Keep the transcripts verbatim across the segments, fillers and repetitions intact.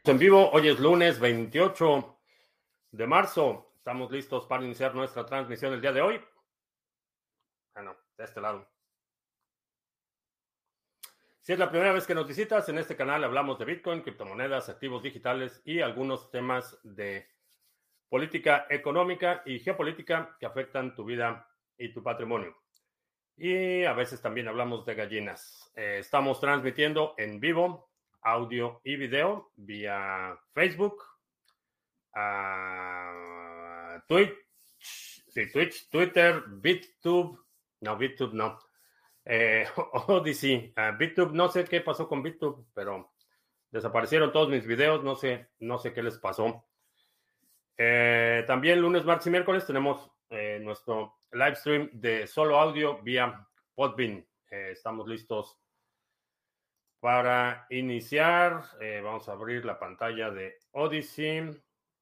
En vivo, hoy es lunes veintiocho de marzo. Estamos listos para iniciar nuestra transmisión el día de hoy. Ah, no, de este lado. Si es la primera vez que nos visitas, en este canal hablamos de Bitcoin, criptomonedas, activos digitales y algunos temas de política económica y geopolítica que afectan tu vida y tu patrimonio. Y a veces también hablamos de gallinas. Eh, estamos transmitiendo en vivo, audio y video vía Facebook, a Twitch, sí, Twitch, Twitter, BitTube, no, BitTube no, eh, Odyssey, uh, BitTube, no sé qué pasó con BitTube, pero desaparecieron todos mis videos, no sé, no sé qué les pasó. Eh, también lunes, martes y miércoles tenemos eh, nuestro live stream de solo audio vía Podbean. Eh, estamos listos para iniciar. Eh, vamos a abrir la pantalla de Odyssey.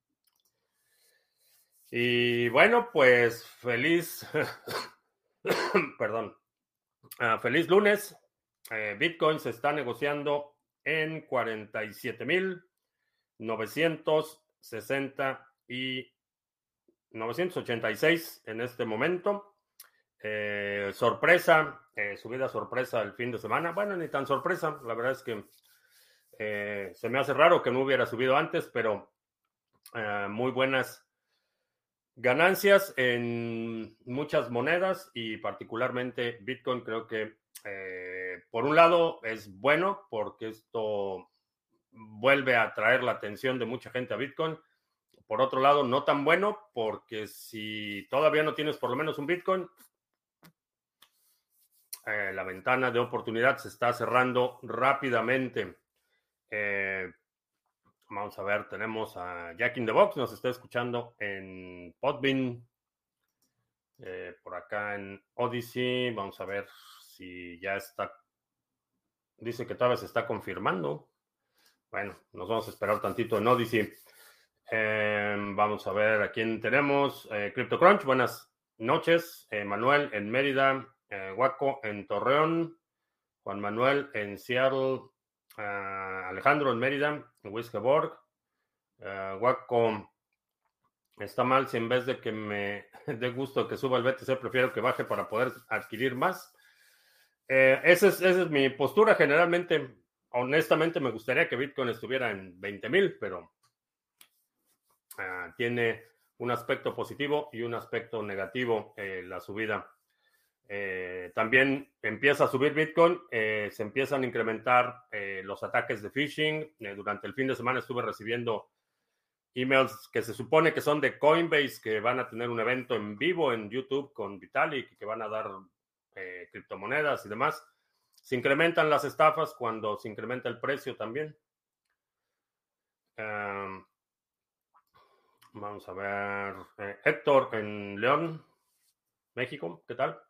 Y bueno, pues feliz, perdón, uh, feliz lunes. Eh, Bitcoin se está negociando en cuarenta y siete mil novecientos sesenta y novecientos ochenta y seis en este momento. Eh, sorpresa, eh, subida sorpresa el fin de semana. Bueno, ni tan sorpresa, la verdad es que eh, se me hace raro que no hubiera subido antes, pero eh, muy buenas ganancias en muchas monedas y particularmente Bitcoin. Creo que eh, por un lado es bueno porque esto vuelve a atraer la atención de mucha gente a Bitcoin. Por otro lado, no tan bueno porque si todavía no tienes por lo menos un Bitcoin, eh, la ventana de oportunidad se está cerrando rápidamente. Eh, vamos a ver, tenemos a Jack in the Box, nos está escuchando en Podbean. Eh, por acá en Odyssey, vamos a ver si ya está. Dice que todavía se está confirmando. Bueno, nos vamos a esperar tantito en Odyssey. Eh, vamos a ver a quién tenemos. Eh, CryptoCrunch, buenas noches. Eh, Manuel en Mérida. Eh, Waco en Torreón. Juan Manuel en Seattle. Uh, Alejandro en Mérida. Wiskeborg. Uh, Waco. Está mal si en vez de que me dé gusto que suba el B T C, prefiero que baje para poder adquirir más. Eh, esa, es, esa es mi postura. Generalmente, honestamente, me gustaría que Bitcoin estuviera en veinte mil, pero uh, tiene un aspecto positivo y un aspecto negativo eh, la subida. Eh, también empieza a subir Bitcoin, eh, se empiezan a incrementar eh, los ataques de phishing. Eh, durante el fin de semana estuve recibiendo emails que se supone que son de Coinbase, que van a tener un evento en vivo en YouTube con Vitalik, que van a dar eh, criptomonedas y demás. Se incrementan las estafas cuando se incrementa el precio también. Um, vamos a ver. Eh, Héctor en León, México, ¿qué tal?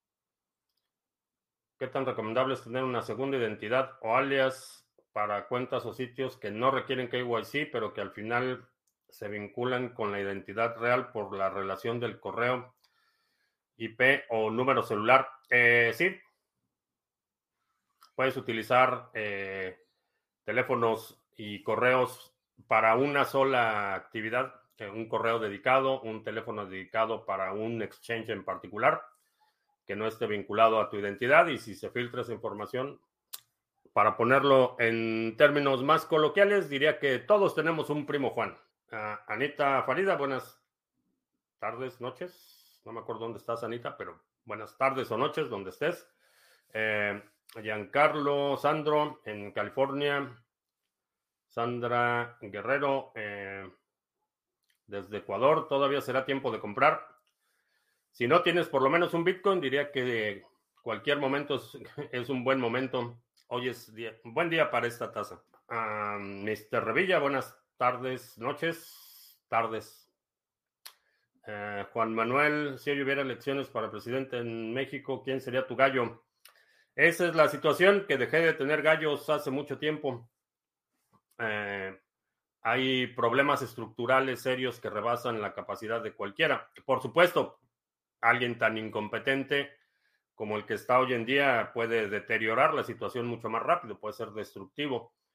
¿Qué tan recomendable es tener una segunda identidad o alias para cuentas o sitios que no requieren K Y C, pero que al final se vinculan con la identidad real por la relación del correo, I P o número celular? Eh, sí, puedes utilizar eh, teléfonos y correos para una sola actividad, eh, un correo dedicado, un teléfono dedicado para un exchange en particular, que no esté vinculado a tu identidad. Y si se filtra esa información, para ponerlo en términos más coloquiales, diría que todos tenemos un primo Juan. Uh, Anita Farida, buenas tardes, noches. No me acuerdo dónde estás, Anita, pero buenas tardes o noches, donde estés. Eh, Giancarlo Sandro en California. Sandra Guerrero eh, desde Ecuador. Todavía será tiempo de comprar. Si no tienes por lo menos un Bitcoin, diría que cualquier momento es, es un buen momento. Hoy es día, un buen día para esta tasa. Uh, mister Revilla, buenas tardes, noches, tardes. Uh, Juan Manuel, si hoy hubiera elecciones para presidente en México, ¿quién sería tu gallo? Esa es la situación, que dejé de tener gallos hace mucho tiempo. Uh, hay problemas estructurales serios que rebasan la capacidad de cualquiera. Por supuesto, alguien tan incompetente como el que está hoy en día puede deteriorar la situación mucho más rápido, puede ser destructivo.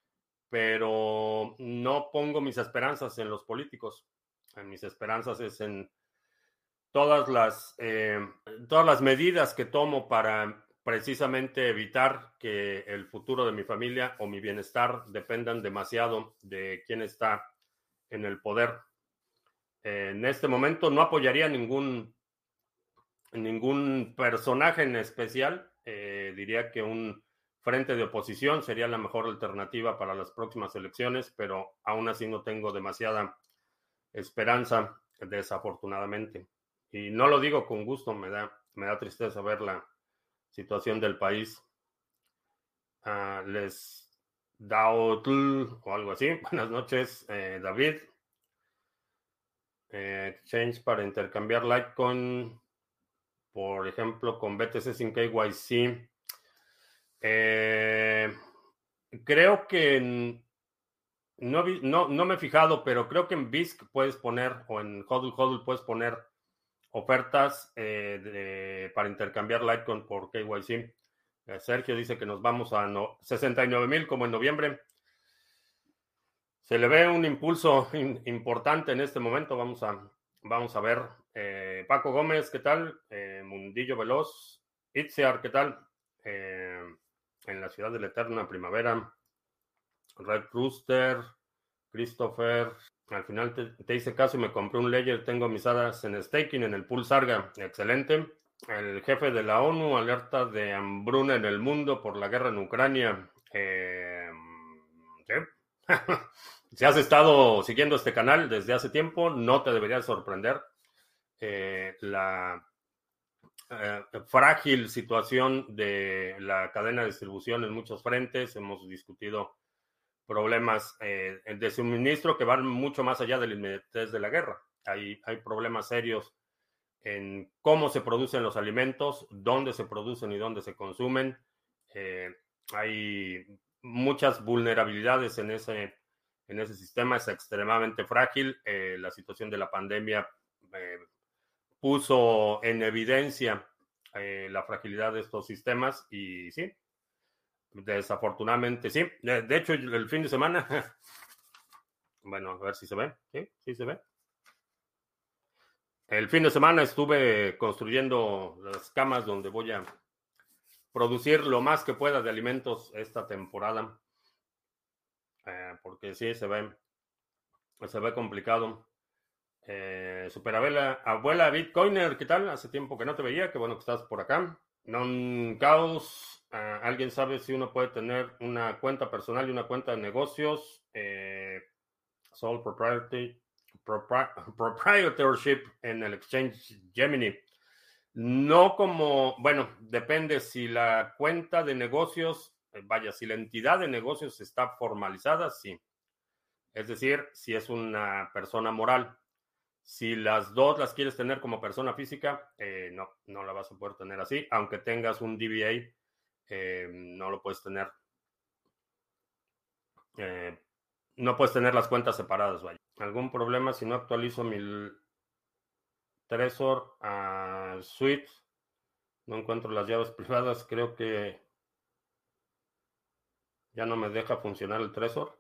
pero no pongo mis esperanzas en los políticos. En mis esperanzas es en todas las, eh, todas las medidas que tomo para precisamente evitar que el futuro de mi familia o mi bienestar dependan demasiado de quién está en el poder. Eh, en este momento no apoyaría ningún, ningún personaje en especial. Eh, diría que un frente de oposición sería la mejor alternativa para las próximas elecciones, pero aún así no tengo demasiada esperanza, desafortunadamente. Y no lo digo con gusto, me da, me da tristeza ver la situación del país. Uh, les Daotl o algo así. Buenas noches, eh, David. Eh, exchange para intercambiar Litecoin, por ejemplo, con B T C sin K Y C. Eh, creo que en, no, vi, no, no me he fijado, pero creo que en B I S C puedes poner, o en HODL HODL puedes poner ofertas eh, de, para intercambiar Litecoin por K Y C. Eh, Sergio dice que nos vamos a no, sesenta y nueve mil como en noviembre. Se le ve un impulso in, importante en este momento. Vamos a, vamos a ver. Eh, Paco Gómez, ¿qué tal? Eh, Mundillo Veloz. Itziar, ¿qué tal? Eh, en la ciudad de la eterna primavera. Red Rooster. Christopher. Al final te, te hice caso y me compré un Ledger. Tengo mis hadas en staking en el pool Sarga. Excelente. El jefe de la ONU alerta de hambruna en el mundo por la guerra en Ucrania. Eh, ¿sí? Si has estado siguiendo este canal desde hace tiempo, no te debería sorprender eh, la eh, frágil situación de la cadena de distribución en muchos frentes. Hemos discutido problemas eh, de suministro que van mucho más allá de la inmediatez de la guerra. Hay, hay problemas serios en cómo se producen los alimentos, dónde se producen y dónde se consumen. Eh, hay muchas vulnerabilidades en ese, en ese sistema, es extremadamente frágil. Eh, la situación de la pandemia eh, puso en evidencia eh, la fragilidad de estos sistemas y sí, desafortunadamente sí. De, de hecho, el fin de semana, bueno, a ver si se ve, sí, sí se ve. El fin de semana estuve construyendo las camas donde voy a producir lo más que pueda de alimentos esta temporada, eh, porque sí se ve, se ve complicado. Eh, Superabela, abuela Bitcoiner, ¿qué tal? Hace tiempo que no te veía, qué bueno que estás por acá. Non Caos, uh, ¿alguien sabe si uno puede tener una cuenta personal y una cuenta de negocios? Eh, Sole Propriety, propri Proprietorship en el Exchange Gemini. No como, bueno, depende si la cuenta de negocios, eh, vaya, si la entidad de negocios está formalizada, sí. Es decir, si es una persona moral. Si las dos las quieres tener como persona física, eh, no, no la vas a poder tener así. Aunque tengas un D B A, eh, no lo puedes tener. Eh, no puedes tener las cuentas separadas, vaya. ¿Algún problema si no actualizo mi Trezor a Suite? No encuentro las llaves privadas. Creo que ya no me deja funcionar el Trezor.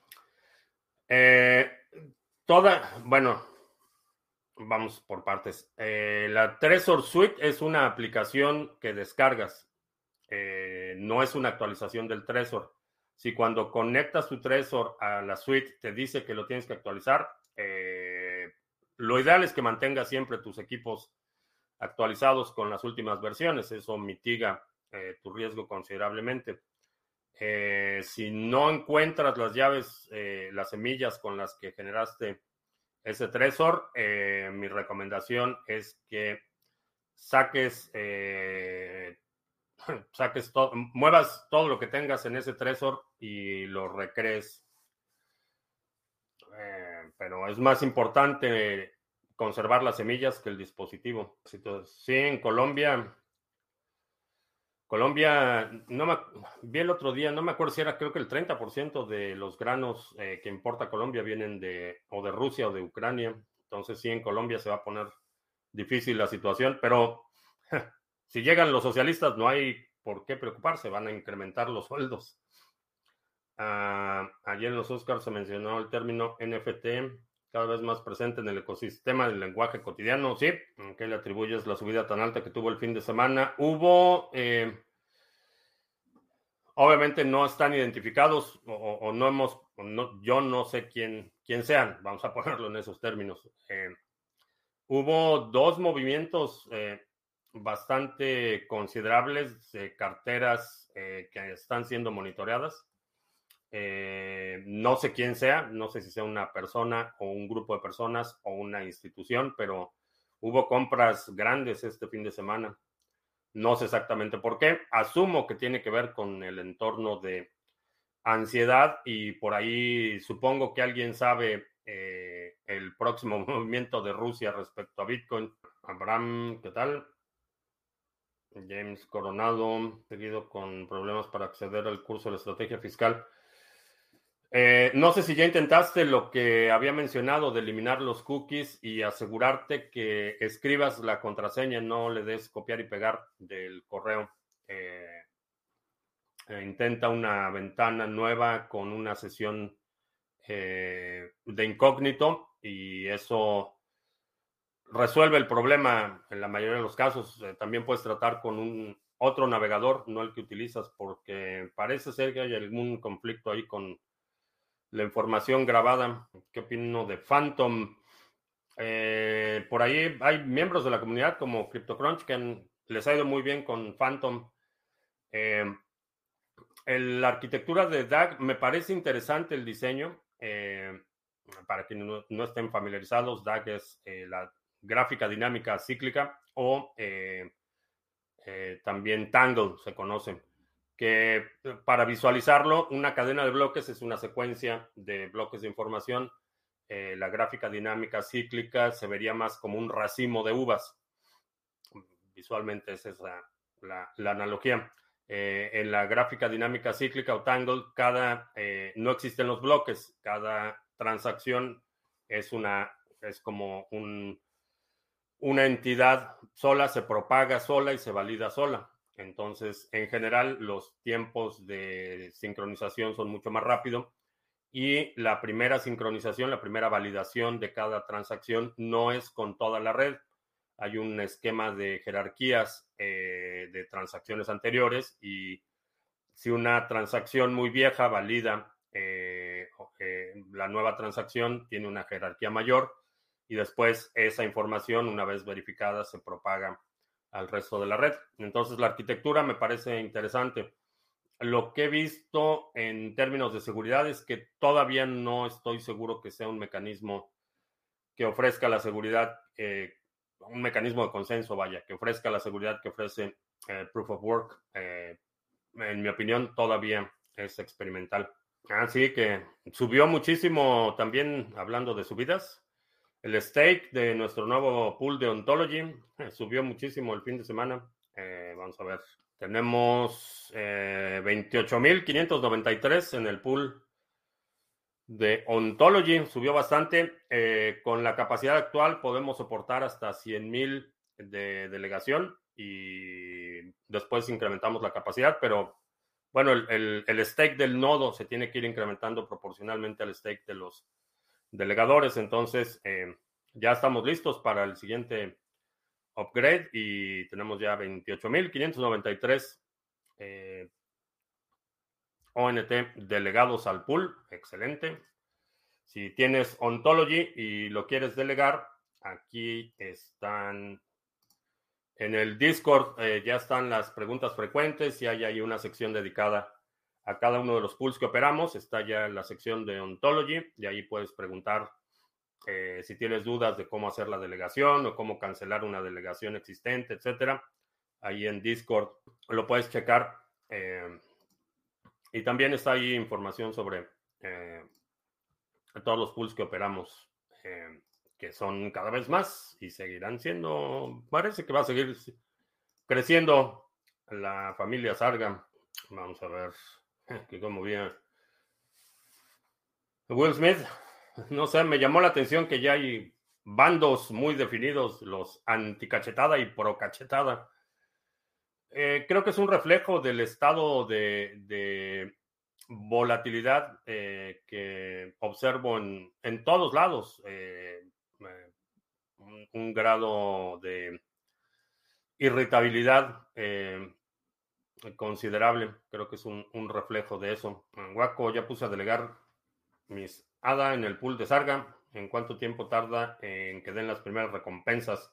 Eh, toda, bueno, vamos por partes. Eh, la Trezor Suite es una aplicación que descargas. Eh, no es una actualización del Trezor. Si cuando conectas tu Trezor a la suite te dice que lo tienes que actualizar, eh, lo ideal es que mantengas siempre tus equipos actualizados con las últimas versiones. Eso mitiga eh, tu riesgo considerablemente. Eh, si no encuentras las llaves, eh, las semillas con las que generaste ese Trezor, eh, mi recomendación es que saques eh, saques todo, muevas todo lo que tengas en ese Trezor y lo recrees. Eh, pero es más importante conservar las semillas que el dispositivo. Sí, en Colombia, Colombia, no me, vi el otro día, no me acuerdo si era, creo que el treinta por ciento de los granos eh, que importa Colombia vienen de o de Rusia o de Ucrania. Entonces sí, en Colombia se va a poner difícil la situación, pero si llegan los socialistas no hay por qué preocuparse, van a incrementar los sueldos. Uh, ayer en los Oscars se mencionó el término N F T, cada vez más presente en el ecosistema del lenguaje cotidiano. Sí, ¿a qué le atribuyes la subida tan alta que tuvo el fin de semana? Hubo, eh, obviamente no están identificados o, o no hemos, o no, yo no sé quién, quién sean, vamos a ponerlo en esos términos. Eh, hubo dos movimientos eh, bastante considerables de carteras eh, que están siendo monitoreadas. Eh, no sé quién sea, no sé si sea una persona o un grupo de personas o una institución, pero hubo compras grandes este fin de semana. No sé exactamente por qué. Asumo que tiene que ver con el entorno de ansiedad y por ahí supongo que alguien sabe eh, el próximo movimiento de Rusia respecto a Bitcoin. Abraham, ¿qué tal? James Coronado, seguido con problemas para acceder al curso de la estrategia fiscal. Eh, no sé si ya intentaste lo que había mencionado de eliminar los cookies y asegurarte que escribas la contraseña, no le des copiar y pegar del correo. Eh, eh, intenta una ventana nueva con una sesión eh, de incógnito y eso resuelve el problema en la mayoría de los casos. Eh, también puedes tratar con un otro navegador, no el que utilizas, porque parece ser que hay algún conflicto ahí con la información grabada. ¿Qué opino de Phantom? Eh, por ahí hay miembros de la comunidad como CryptoCrunch que han- les ha ido muy bien con Phantom. Eh, el- la arquitectura de D A G me parece interesante el diseño. Eh, para quienes no, no estén familiarizados, D A G es eh, la gráfica dinámica cíclica o eh, eh, también Tangle se conoce, que eh, para visualizarlo, una cadena de bloques es una secuencia de bloques de información. Eh, la gráfica dinámica cíclica se vería más como un racimo de uvas. Visualmente esa es la, la, la analogía. Eh, en la gráfica dinámica cíclica o Tangle, cada, eh, no existen los bloques, cada transacción es, una, es como un, una entidad sola, se propaga sola y se valida sola. Entonces, en general, los tiempos de sincronización son mucho más rápidos y la primera sincronización, la primera validación de cada transacción no es con toda la red. Hay un esquema de jerarquías eh, de transacciones anteriores y si una transacción muy vieja valida eh, eh, la nueva transacción, tiene una jerarquía mayor y después esa información, una vez verificada, se propaga al resto de la red. Entonces, la arquitectura me parece interesante. Lo que he visto en términos de seguridad es que todavía no estoy seguro que sea un mecanismo que ofrezca la seguridad, eh, un mecanismo de consenso, vaya, que ofrezca la seguridad que ofrece eh, Proof of Work. Eh, en mi opinión, todavía es experimental. Así que subió muchísimo también, hablando de subidas. El stake de nuestro nuevo pool de Ontology eh, subió muchísimo el fin de semana. Eh, vamos a ver. Tenemos eh, veintiocho mil quinientos noventa y tres en el pool de Ontology. Subió bastante. Eh, con la capacidad actual podemos soportar hasta cien mil de delegación y después incrementamos la capacidad, pero bueno, el, el, el stake del nodo se tiene que ir incrementando proporcionalmente al stake de los delegadores. Entonces, eh, ya estamos listos para el siguiente upgrade y tenemos ya veintiocho mil quinientos noventa y tres eh, O N T delegados al pool. Excelente. Si tienes Ontology y lo quieres delegar, aquí están en el Discord, eh, ya están las preguntas frecuentes y hay ahí una sección dedicada a cada uno de los pools que operamos. Está ya la sección de Ontology y ahí puedes preguntar eh, si tienes dudas de cómo hacer la delegación o cómo cancelar una delegación existente, etcétera. Ahí en Discord lo puedes checar. Eh, y también está ahí información sobre eh, todos los pools que operamos, eh, que son cada vez más y seguirán siendo, parece que va a seguir creciendo la familia Sarga. Vamos a ver que como bien. Will Smith, no sé, me llamó la atención que ya hay bandos muy definidos, los anticachetada y procachetada. Eh, creo que es un reflejo del estado de, de volatilidad eh, que observo en, en todos lados. Eh, eh, un, un grado de irritabilidad eh, considerable. Creo que es un, un reflejo de eso. En Waco ya puse a delegar mis A D A en el pool de Sarga. ¿En cuánto tiempo tarda en que den las primeras recompensas?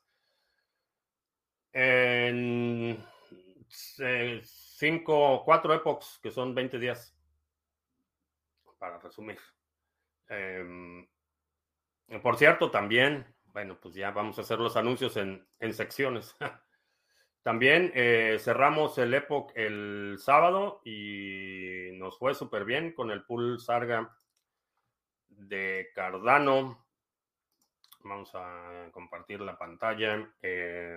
En eh, cinco, cuatro epochs, que son veinte días, para resumir. Eh, por cierto, también, bueno, pues ya vamos a hacer los anuncios en, en secciones. También eh, cerramos el Epoch el sábado y nos fue súper bien con el pool Sarga de Cardano. Vamos a compartir la pantalla. Eh,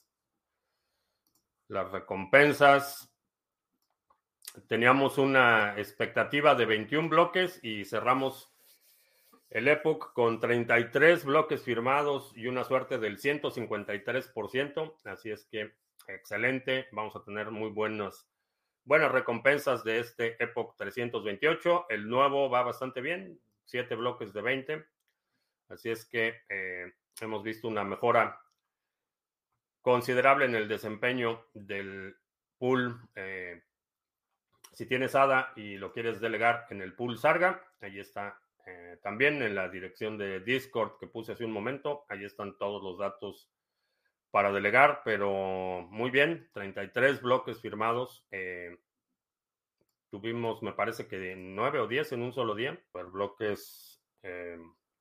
las recompensas. Teníamos una expectativa de veintiún bloques y cerramos el Epoch con treinta y tres bloques firmados y una suerte del ciento cincuenta y tres por ciento. Así es que excelente. Vamos a tener muy buenas, buenas recompensas de este Epoch trescientos veintiocho. El nuevo va bastante bien, siete bloques de veinte. Así es que eh, hemos visto una mejora considerable en el desempeño del pool. Eh, si tienes A D A y lo quieres delegar en el pool Sarga, ahí está. Eh, también en la dirección de Discord que puse hace un momento, ahí están todos los datos para delegar, pero muy bien, treinta y tres bloques firmados. Eh, tuvimos, me parece que nueve o diez en un solo día, por bloques. Eh,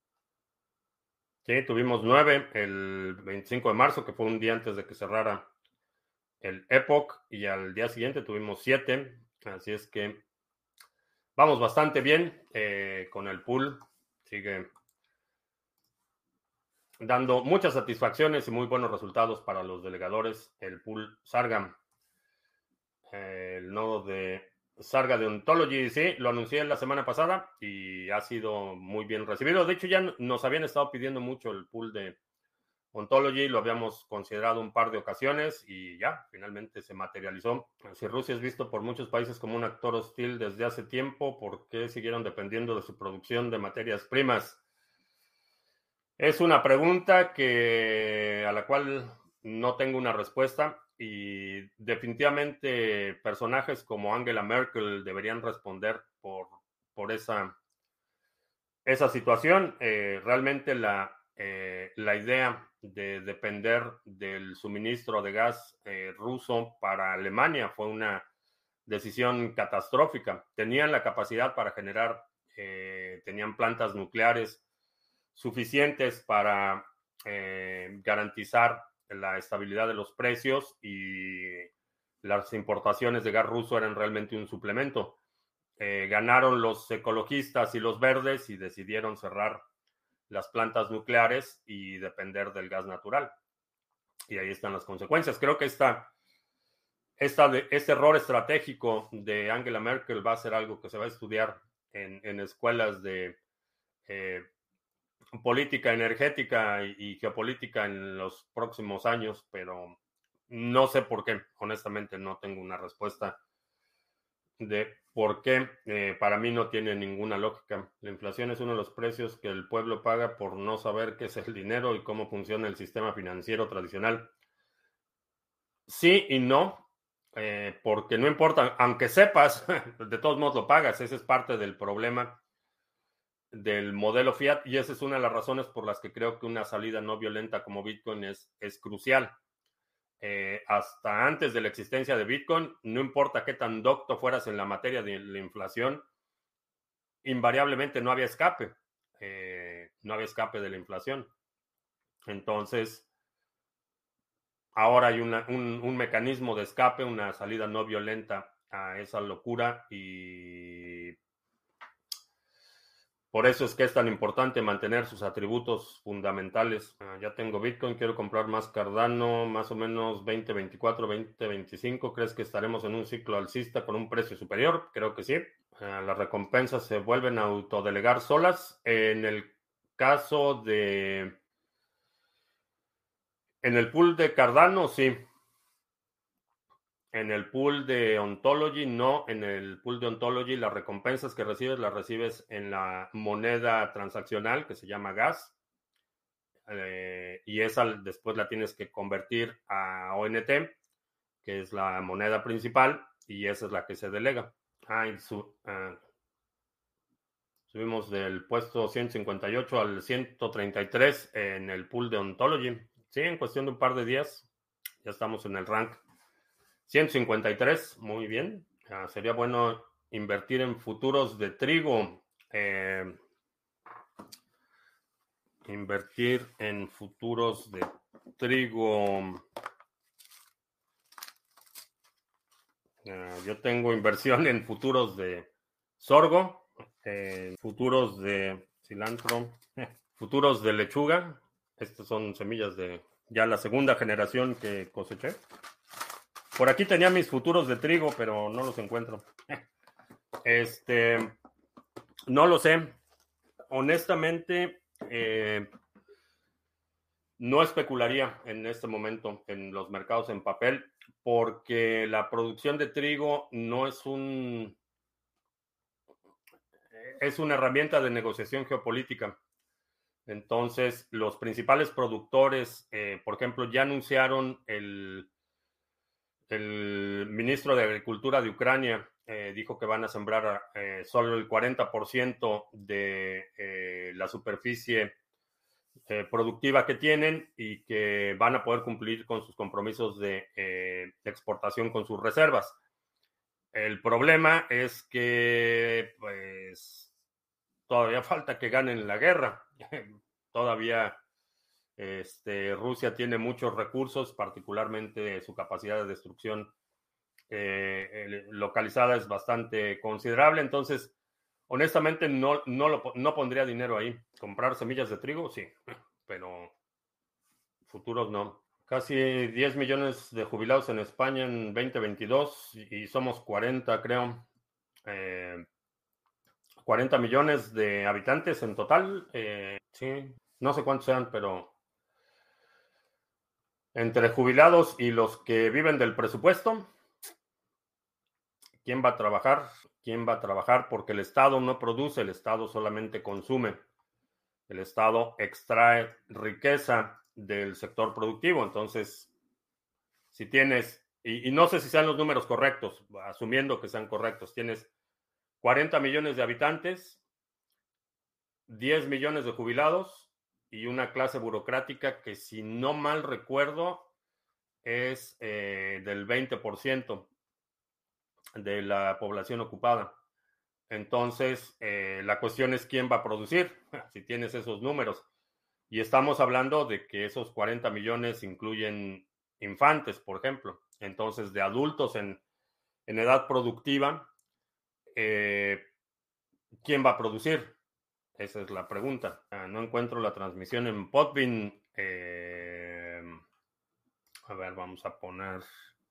sí, tuvimos nueve el veinticinco de marzo, que fue un día antes de que cerrara el Epoch, y al día siguiente tuvimos siete, así es que vamos bastante bien eh, con el pool. Sigue dando muchas satisfacciones y muy buenos resultados para los delegadores. El pool Sarga, eh, el nodo de Sarga de Ontology, sí, lo anuncié la semana pasada y ha sido muy bien recibido. De hecho, ya nos habían estado pidiendo mucho el pool de Ontology, lo habíamos considerado un par de ocasiones y ya, finalmente se materializó. Si Rusia es visto por muchos países como un actor hostil desde hace tiempo, ¿por qué siguieron dependiendo de su producción de materias primas? Es una pregunta que, a la cual no tengo una respuesta y definitivamente personajes como Angela Merkel deberían responder por, por esa, esa situación. Eh, realmente la, eh, la idea de depender del suministro de gas eh, ruso para Alemania fue una decisión catastrófica. Tenían la capacidad para generar, eh, tenían plantas nucleares suficientes para eh, garantizar la estabilidad de los precios y las importaciones de gas ruso eran realmente un suplemento. Eh, ganaron los ecologistas y los verdes y decidieron cerrar las plantas nucleares y depender del gas natural. Y ahí están las consecuencias. Creo que esta, esta de, este error estratégico de Angela Merkel va a ser algo que se va a estudiar en, en escuelas de eh, política energética y, y geopolítica en los próximos años, pero no sé por qué. Honestamente, no tengo una respuesta de por qué. Eh, para mí no tiene ninguna lógica. La inflación es uno de los precios que el pueblo paga por no saber qué es el dinero y cómo funciona el sistema financiero tradicional. Sí y no, eh, porque no importa, aunque sepas, de todos modos lo pagas. Ese es parte del problema del modelo fiat y esa es una de las razones por las que creo que una salida no violenta como Bitcoin es, es crucial. Eh, hasta antes de la existencia de Bitcoin, no importa qué tan docto fueras en la materia de la inflación, invariablemente no había escape. Eh, no había escape de la inflación. Entonces, ahora hay una, un, un mecanismo de escape, una salida no violenta a esa locura y por eso es que es tan importante mantener sus atributos fundamentales. Ah, ya tengo Bitcoin, quiero comprar más Cardano, más o menos veinte veinticuatro, veinte veinticinco. ¿Crees que estaremos en un ciclo alcista con un precio superior? Creo que sí. Ah, las recompensas se vuelven a autodelegar solas. En el caso de... En el pool de Cardano, sí. En el pool de Ontology, no. En el pool de Ontology, las recompensas que recibes las recibes en la moneda transaccional que se llama gas. Eh, y esa después la tienes que convertir a O N T, que es la moneda principal, y esa es la que se delega. Ah, y su, ah, subimos del puesto ciento cincuenta y ocho al ciento treinta y tres en el pool de Ontology. Sí, en cuestión de un par de días ya estamos en el rank ciento cincuenta y tres. Muy bien. Ah, sería bueno invertir en futuros de trigo. Eh, invertir en futuros de trigo. Uh, yo tengo inversión en futuros de sorgo, eh, futuros de cilantro, eh, futuros de lechuga. Estas son semillas de ya la segunda generación que coseché. Por aquí tenía mis futuros de trigo, pero no los encuentro. Este, no lo sé. Honestamente, eh, no especularía en este momento en los mercados en papel porque la producción de trigo no es un es una herramienta de negociación geopolítica. Entonces, los principales productores, eh, por ejemplo, ya anunciaron el, el ministro de Agricultura de Ucrania, eh, dijo que van a sembrar eh, solo el cuarenta por ciento de eh, la superficie eh, productiva que tienen y que van a poder cumplir con sus compromisos de, eh, de exportación con sus reservas. El problema es que, pues, todavía falta que ganen la guerra. Todavía este, Rusia tiene muchos recursos, particularmente su capacidad de destrucción eh, localizada es bastante considerable. Entonces, honestamente, no, no, lo, no pondría dinero ahí. Comprar semillas de trigo, sí, pero futuros no. Casi diez millones de jubilados en España en veinte veintidós y somos cuarenta, creo. Eh, cuarenta millones de habitantes en total. Eh, sí, no sé cuántos sean, pero entre jubilados y los que viven del presupuesto, ¿quién va a trabajar? ¿Quién va a trabajar? Porque el Estado no produce, el Estado solamente consume. El Estado extrae riqueza del sector productivo. Entonces, si tienes, y, y no sé si sean los números correctos, asumiendo que sean correctos, tienes cuarenta millones de habitantes, diez millones de jubilados y una clase burocrática que, si no mal recuerdo, es eh, del veinte por ciento de la población ocupada. Entonces, eh, la cuestión es quién va a producir, si tienes esos números. Y estamos hablando de que esos cuarenta millones incluyen infantes, por ejemplo. Entonces, de adultos en, en edad productiva, eh, ¿quién va a producir? Esa es la pregunta. Ah, no encuentro la transmisión en Podbean. Eh, a ver, vamos a poner.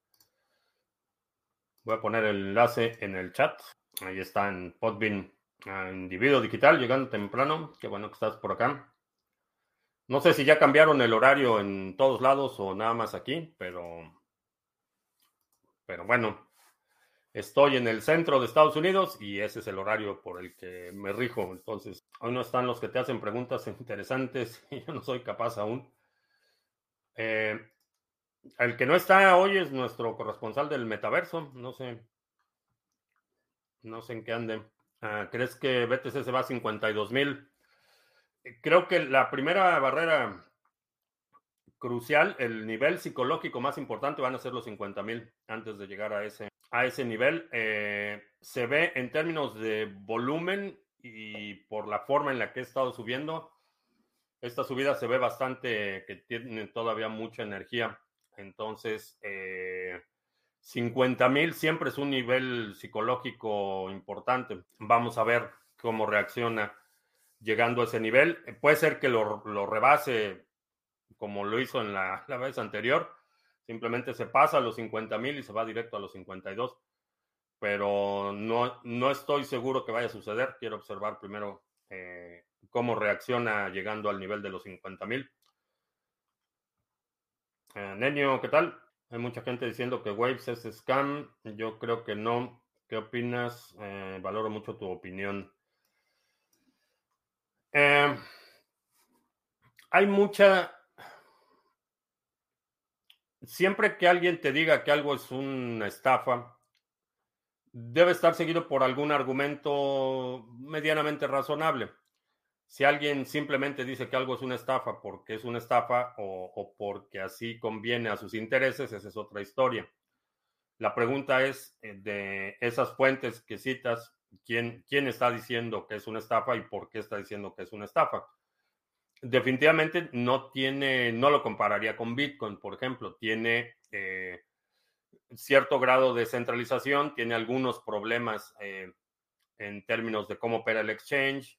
Voy a poner el enlace en el chat. Ahí está en Podbean. Ah, Individuo Digital, llegando temprano. Qué bueno que estás por acá. No sé si ya cambiaron el horario en todos lados o nada más aquí, pero, pero bueno, estoy en el centro de Estados Unidos y ese es el horario por el que me rijo. Entonces, hoy no están los que te hacen preguntas interesantes y yo no soy capaz aún. Eh, el que no está hoy es nuestro corresponsal del metaverso. No sé, no sé en qué ande. Ah, ¿crees que B T C se va a cincuenta y dos mil? Creo que la primera barrera crucial, el nivel psicológico más importante van a ser los cincuenta mil antes de llegar a ese, a ese nivel. Eh, se ve en términos de volumen y por la forma en la que he estado subiendo, esta subida se ve bastante que tiene todavía mucha energía. Entonces, eh, cincuenta mil siempre es un nivel psicológico importante. Vamos a ver cómo reacciona llegando a ese nivel. Puede ser que lo, lo rebase como lo hizo en la, la vez anterior. Simplemente se pasa a los cincuenta mil y se va directo a los cincuenta y dos. Pero no, no estoy seguro que vaya a suceder. Quiero observar primero eh, cómo reacciona llegando al nivel de los cincuenta mil. Eh, Nenio, ¿qué tal? Hay mucha gente diciendo que Waves es scam. Yo creo que no. ¿Qué opinas? Eh, valoro mucho tu opinión. Eh, hay mucha... Siempre que alguien te diga que algo es una estafa, debe estar seguido por algún argumento medianamente razonable. Si alguien simplemente dice que algo es una estafa porque es una estafa o, o porque así conviene a sus intereses, esa es otra historia. La pregunta es, eh, de esas fuentes que citas, ¿quién, quién está diciendo que es una estafa y por qué está diciendo que es una estafa? Definitivamente no tiene, no lo compararía con Bitcoin, por ejemplo. Tiene eh, cierto grado de centralización, tiene algunos problemas eh, en términos de cómo opera el exchange,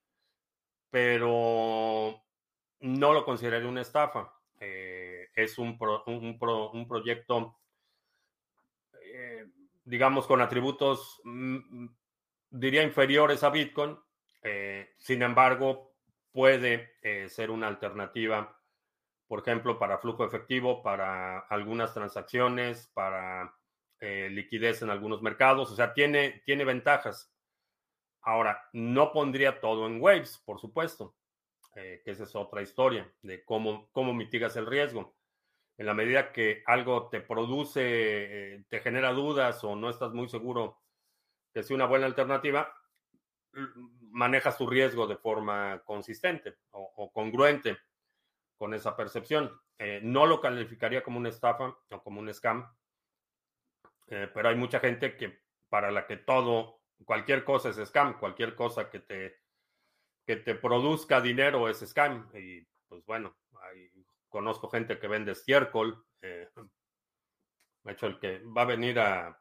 pero no lo consideraría una estafa. Eh, es un, pro, un, pro, un, proyecto, eh, digamos, con atributos, mm, diría, inferiores a Bitcoin. Eh, sin embargo, puede eh, ser una alternativa, por ejemplo, para flujo efectivo, para algunas transacciones, para eh, liquidez en algunos mercados. O sea, tiene, tiene ventajas. Ahora, no pondría todo en Waves, por supuesto, eh, que esa es otra historia de cómo, cómo mitigas el riesgo. En la medida que algo te produce, eh, te genera dudas o no estás muy seguro que sea una buena alternativa, manejas tu riesgo de forma consistente o, o congruente con esa percepción. Eh, no lo calificaría como una estafa o como un scam, eh, pero hay mucha gente que para la que todo, cualquier cosa es scam, cualquier cosa que te, que te produzca dinero es scam. Y pues bueno, hay, conozco gente que vende estiércol. Eh, de hecho, el que va a venir a,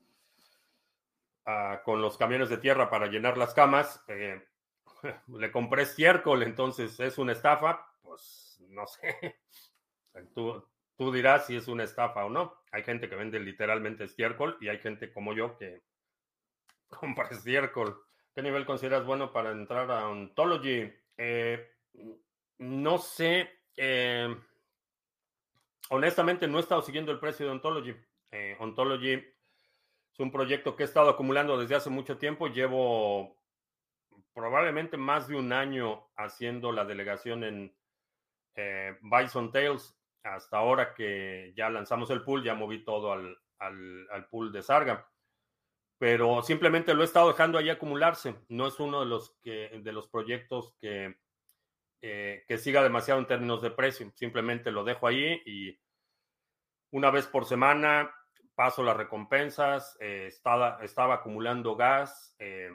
a, con los camiones de tierra para llenar las camas, eh, le compré estiércol, entonces es una estafa. Pues no sé. Tú, tú dirás si es una estafa o no. Hay gente que vende literalmente estiércol y hay gente como yo que compra estiércol. ¿Qué nivel consideras bueno para entrar a Ontology? Eh, no sé. Eh, honestamente, no he estado siguiendo el precio de Ontology. Eh, Ontology es un proyecto que he estado acumulando desde hace mucho tiempo. Llevo probablemente más de un año haciendo la delegación en eh, Bison Tales. Hasta ahora que ya lanzamos el pool, ya moví todo al, al, al pool de Sarga. Pero simplemente lo he estado dejando ahí acumularse. No es uno de los, que, de los proyectos que, eh, que siga demasiado en términos de precio. Simplemente lo dejo ahí y una vez por semana paso las recompensas. Eh, estaba, estaba acumulando gas. Eh,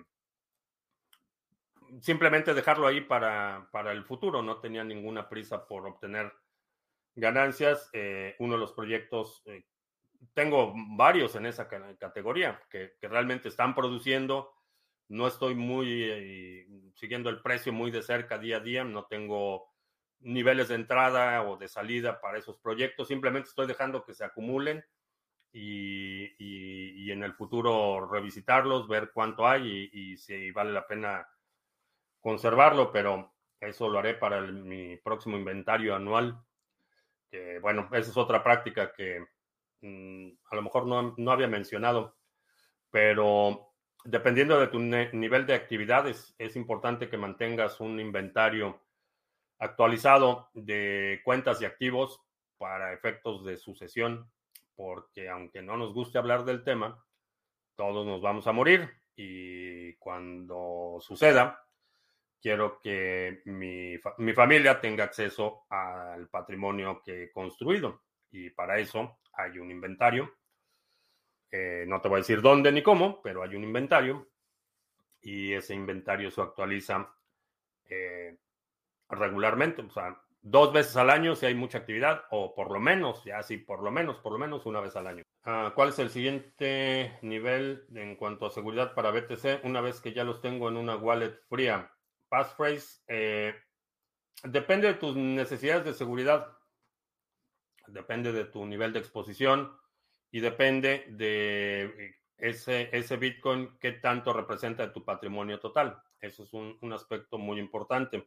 simplemente dejarlo ahí para, para el futuro. No tenía ninguna prisa por obtener ganancias. Eh, uno de los proyectos, eh, tengo varios en esa categoría que, que, realmente están produciendo. No estoy muy eh, siguiendo el precio muy de cerca día a día. No tengo niveles de entrada o de salida para esos proyectos. Simplemente estoy dejando que se acumulen y, y, y en el futuro revisitarlos, ver cuánto hay y, y si vale la pena conservarlo, pero eso lo haré para el, mi próximo inventario anual. Que bueno, esa es otra práctica que mmm, a lo mejor no, no, había mencionado, pero dependiendo de tu nivel de actividades, es importante que mantengas un inventario actualizado de cuentas y activos para efectos de sucesión, porque aunque no nos guste hablar del tema, todos nos vamos a morir y cuando suceda, quiero que mi, fa mi, familia tenga acceso al patrimonio que he construido. Y para eso hay un inventario. Eh, no te voy a decir dónde ni cómo, pero hay un inventario. Y ese inventario se actualiza eh, regularmente. O sea, dos veces al año si hay mucha actividad, o por lo menos, ya sí, por lo menos, por lo menos una vez al año. Uh, ¿Cuál es el siguiente nivel en cuanto a seguridad para B T C una vez que ya los tengo en una wallet fría? Passphrase, eh, depende de tus necesidades de seguridad, depende de tu nivel de exposición y depende de ese, ese Bitcoin qué tanto representa de tu patrimonio total. Eso es un, un aspecto muy importante.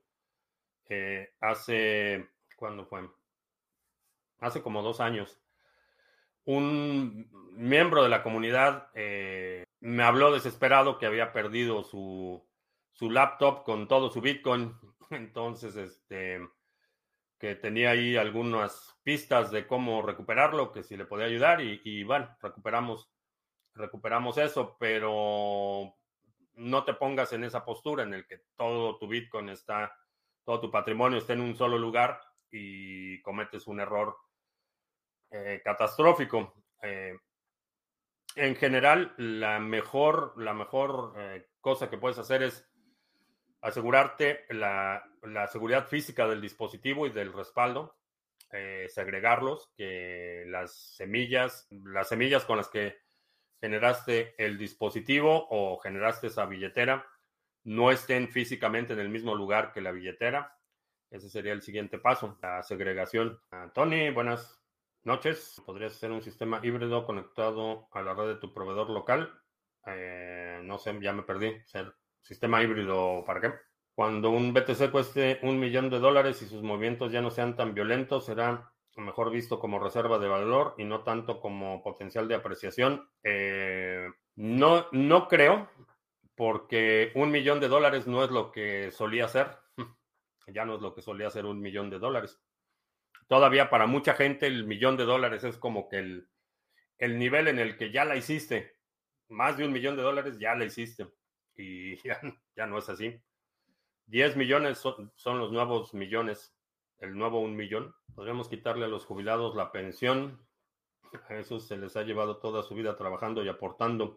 Eh, hace, ¿cuándo fue? Hace como dos años un miembro de la comunidad eh, me habló desesperado que había perdido su, su laptop con todo su Bitcoin. Entonces, este, que tenía ahí algunas pistas de cómo recuperarlo, que si le podía ayudar y, y bueno, recuperamos, recuperamos eso, pero no te pongas en esa postura en el que todo tu Bitcoin está, todo tu patrimonio está en un solo lugar y cometes un error eh, catastrófico. Eh, en general, la mejor, la mejor eh, cosa que puedes hacer es asegurarte la, la seguridad física del dispositivo y del respaldo, eh, segregarlos, que las semillas, las semillas con las que generaste el dispositivo o generaste esa billetera no estén físicamente en el mismo lugar que la billetera. Ese sería el siguiente paso, la segregación. Ah, Tony, buenas noches. ¿Podrías hacer un sistema híbrido conectado a la red de tu proveedor local? Eh, no sé, ya me perdí. ¿Ser sistema híbrido para qué? Cuando un B T C cueste un millón de dólares y sus movimientos ya no sean tan violentos, será mejor visto como reserva de valor y no tanto como potencial de apreciación. Eh, no, no creo, porque un millón de dólares no es lo que solía ser. Ya no es lo que solía ser un millón de dólares. Todavía para mucha gente el millón de dólares es como que el, el nivel en el que ya la hiciste. Más de un millón de dólares ya la hiciste. Y ya, ya no es así. Diez millones son, son los nuevos millones. El nuevo un millón. Podríamos quitarle a los jubilados la pensión. A esos se les ha llevado toda su vida trabajando y aportando.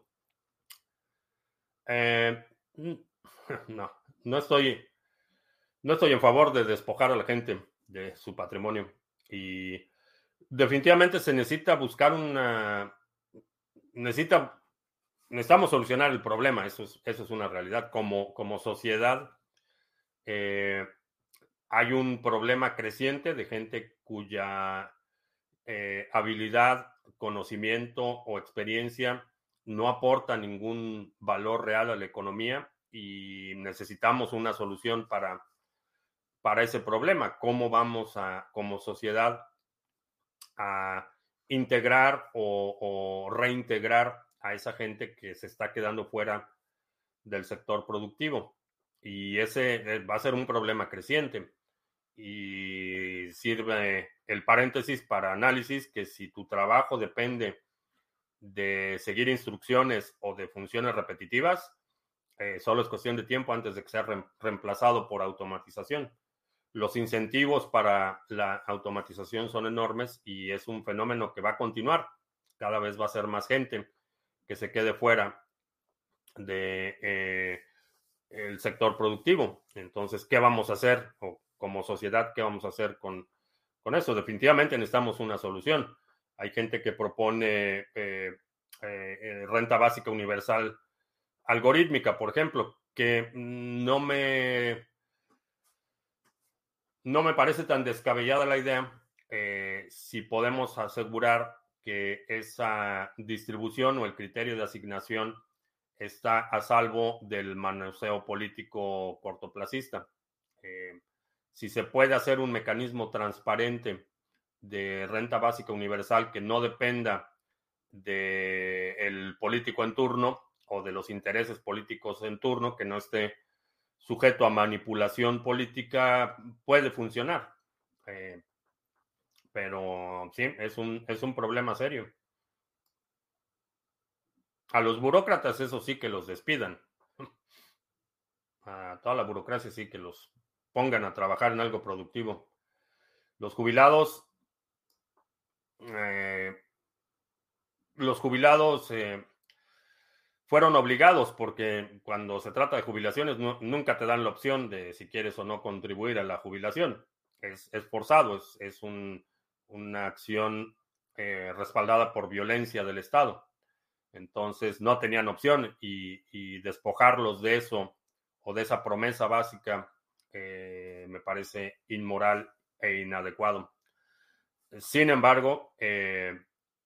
Eh, no, no estoy, no estoy en favor de despojar a la gente de su patrimonio. Y definitivamente se necesita buscar una. Necesita, necesitamos solucionar el problema. Eso es, eso es una realidad. Como, como sociedad, eh, hay un problema creciente de gente cuya eh, habilidad, conocimiento o experiencia no aporta ningún valor real a la economía y necesitamos una solución para, para ese problema. ¿Cómo vamos a, como sociedad, a integrar o, o reintegrar a esa gente que se está quedando fuera del sector productivo? Y ese eh, va a ser un problema creciente. Y sirve el paréntesis para análisis que si tu trabajo depende de seguir instrucciones o de funciones repetitivas, eh, solo es cuestión de tiempo antes de que sea re reemplazado por automatización. Los incentivos para la automatización son enormes y es un fenómeno que va a continuar. Cada vez va a ser más gente que se quede fuera de eh, el sector productivo. Entonces, ¿qué vamos a hacer? O como sociedad, ¿qué vamos a hacer con, con eso? Definitivamente necesitamos una solución. Hay gente que propone eh, eh, eh, renta básica universal algorítmica, por ejemplo, que no me, no me parece tan descabellada la idea eh, si podemos asegurar que esa distribución o el criterio de asignación está a salvo del manoseo político cortoplacista. Eh, si se puede hacer un mecanismo transparente de renta básica universal que no dependa del político en turno o de los intereses políticos en turno, que no esté sujeto a manipulación política, puede funcionar. Eh, pero sí, es un, es un problema serio. A los burócratas, eso sí que los despidan. A toda la burocracia sí que los pongan a trabajar en algo productivo. Los jubilados, eh, los jubilados eh, fueron obligados porque cuando se trata de jubilaciones no, nunca te dan la opción de si quieres o no contribuir a la jubilación. Es, es forzado, es, es un, una acción eh, respaldada por violencia del Estado. Entonces no tenían opción y, y despojarlos de eso o de esa promesa básica eh, me parece inmoral e inadecuado. Sin embargo, eh,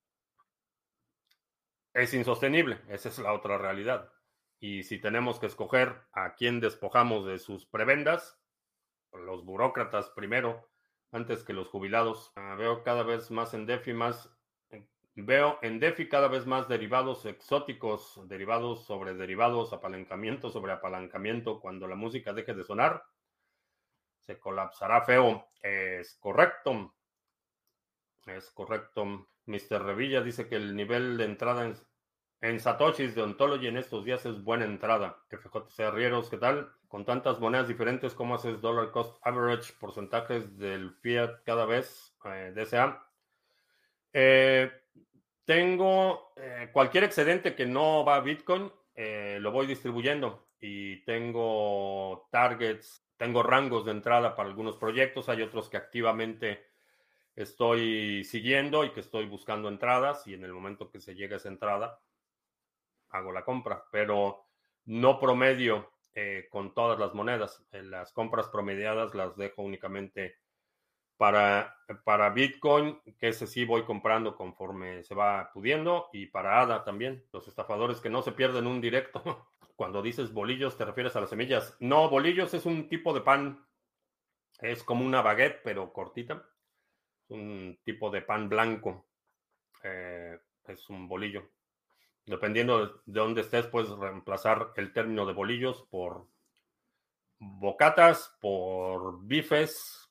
es insostenible, esa es la otra realidad. Y si tenemos que escoger a quién despojamos de sus prebendas, los burócratas primero, antes que los jubilados. Uh, veo cada vez más en DeFi, más Veo en DeFi cada vez más derivados exóticos, derivados sobre derivados, apalancamiento sobre apalancamiento. Cuando la música deje de sonar, se colapsará feo. Es correcto, es correcto. mister Revilla dice que el nivel de entrada en, en Satoshis de Ontology en estos días es buena entrada. F J C Arrieros, ¿qué tal? Con tantas monedas diferentes, ¿cómo haces dollar cost average, porcentajes del fiat cada vez? Eh, D S A. Eh, tengo eh, cualquier excedente que no va a Bitcoin, eh, lo voy distribuyendo y tengo targets, tengo rangos de entrada para algunos proyectos, hay otros que activamente estoy siguiendo y que estoy buscando entradas y en el momento que se llegue a esa entrada hago la compra, pero no promedio eh, con todas las monedas. En las compras promediadas las dejo únicamente para, para Bitcoin, que ese sí voy comprando conforme se va pudiendo, y para A D A también, los estafadores que no se pierden un directo. Cuando dices bolillos, ¿te refieres a las semillas? No, bolillos es un tipo de pan, es como una baguette, pero cortita, un tipo de pan blanco, eh, es un bolillo. Dependiendo de dónde estés, puedes reemplazar el término de bolillos por bocatas, por bifes,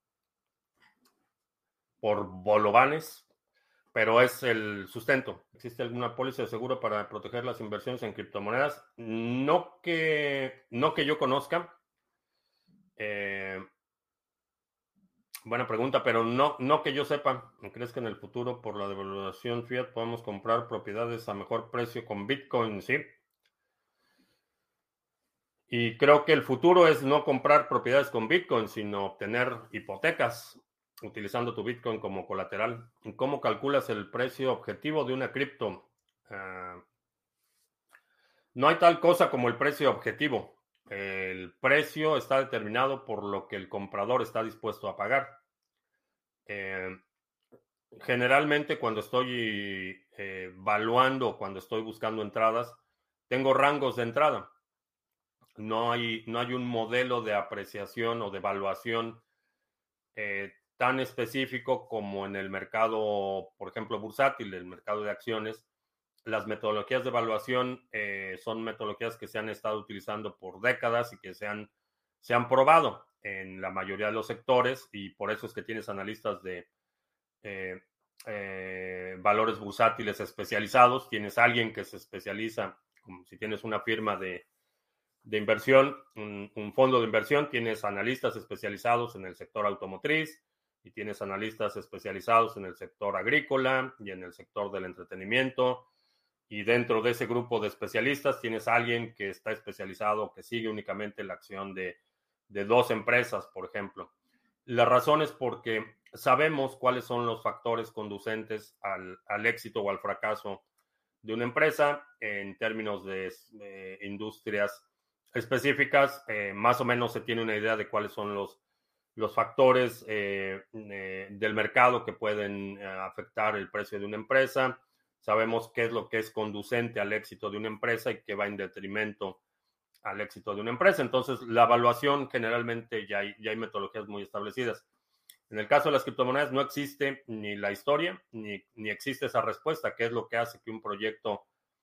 por bolovanes, pero es el sustento. ¿Existe alguna póliza de seguro para proteger las inversiones en criptomonedas? No que, no que yo conozca. Eh, buena pregunta, pero no, no que yo sepa. ¿Crees que en el futuro, por la devaluación fiat, podemos comprar propiedades a mejor precio con Bitcoin? Sí. Y creo que el futuro es no comprar propiedades con Bitcoin, sino obtener hipotecas utilizando tu Bitcoin como colateral. ¿Cómo calculas el precio objetivo de una cripto? Uh, no hay tal cosa como el precio objetivo. El precio está determinado por lo que el comprador está dispuesto a pagar. Eh, generalmente cuando estoy eh, evaluando, cuando estoy buscando entradas, tengo rangos de entrada. No hay, no hay un modelo de apreciación o de evaluación eh, tan específico como en el mercado, por ejemplo, bursátil, el mercado de acciones. Las metodologías de evaluación eh, son metodologías que se han estado utilizando por décadas y que se han, se han probado en la mayoría de los sectores y por eso es que tienes analistas de eh, eh, valores bursátiles especializados. Tienes alguien que se especializa, como si tienes una firma de de inversión, un, un, fondo de inversión, tienes analistas especializados en el sector automotriz y tienes analistas especializados en el sector agrícola y en el sector del entretenimiento. Y dentro de ese grupo de especialistas tienes a alguien que está especializado, que sigue únicamente la acción de, de dos empresas, por ejemplo. La razón es porque sabemos cuáles son los factores conducentes al, al éxito o al fracaso de una empresa en términos de eh, industrias específicas. Eh, más o menos se tiene una idea de cuáles son los, los factores eh, eh, del mercado que pueden eh, afectar el precio de una empresa. Sabemos qué es lo que es conducente al éxito de una empresa y qué va en detrimento al éxito de una empresa. Entonces, la evaluación generalmente ya hay, ya hay metodologías muy establecidas. En el caso de las criptomonedas no existe ni la historia, ni, ni existe esa respuesta, que es lo que hace que un proyecto